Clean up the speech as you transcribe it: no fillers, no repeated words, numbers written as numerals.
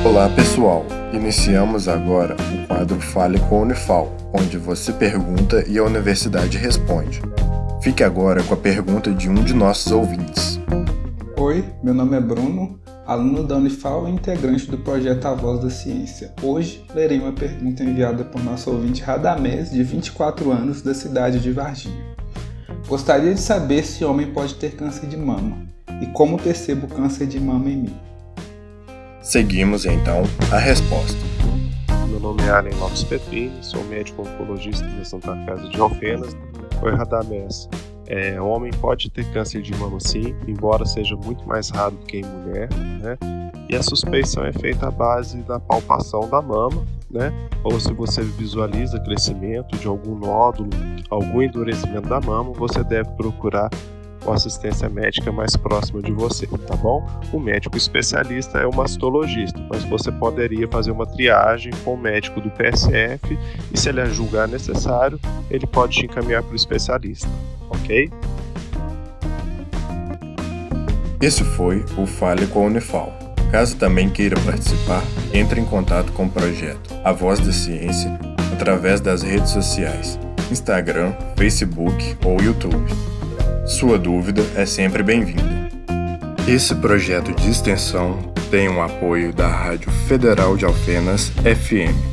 Olá pessoal, iniciamos agora o quadro Fale com a Unifal, onde você pergunta e a universidade responde. Fique agora com a pergunta de um de nossos ouvintes. Oi, meu nome é Bruno, aluno da Unifal e integrante do projeto A Voz da Ciência. Hoje lerei uma pergunta enviada por nosso ouvinte Radamés, de 24 anos, da cidade de Varginha. Gostaria de saber se homem pode ter câncer de mama e como percebo o câncer de mama em mim. Seguimos então a resposta. Meu nome é Allen Lopes Petrini, sou médico oncologista da Santa Casa de Alfenas. Oi, Radamés. O homem pode ter câncer de mama sim, embora seja muito mais raro do que em mulher, né? E a suspeição é feita à base da palpação da mama, né? Ou se você visualiza crescimento de algum nódulo, algum endurecimento da mama, você deve procurar uma assistência médica mais próxima de você, tá bom? O médico especialista é o mastologista, mas você poderia fazer uma triagem com o médico do PSF e, se ele julgar necessário, ele pode te encaminhar para o especialista, ok? Esse foi o Fale com a Unifal. Caso também queira participar, entre em contato com o projeto A Voz da Ciência através das redes sociais, Instagram, Facebook ou YouTube. Sua dúvida é sempre bem-vinda. Esse projeto de extensão tem o apoio da Rádio Federal de Alfenas FM.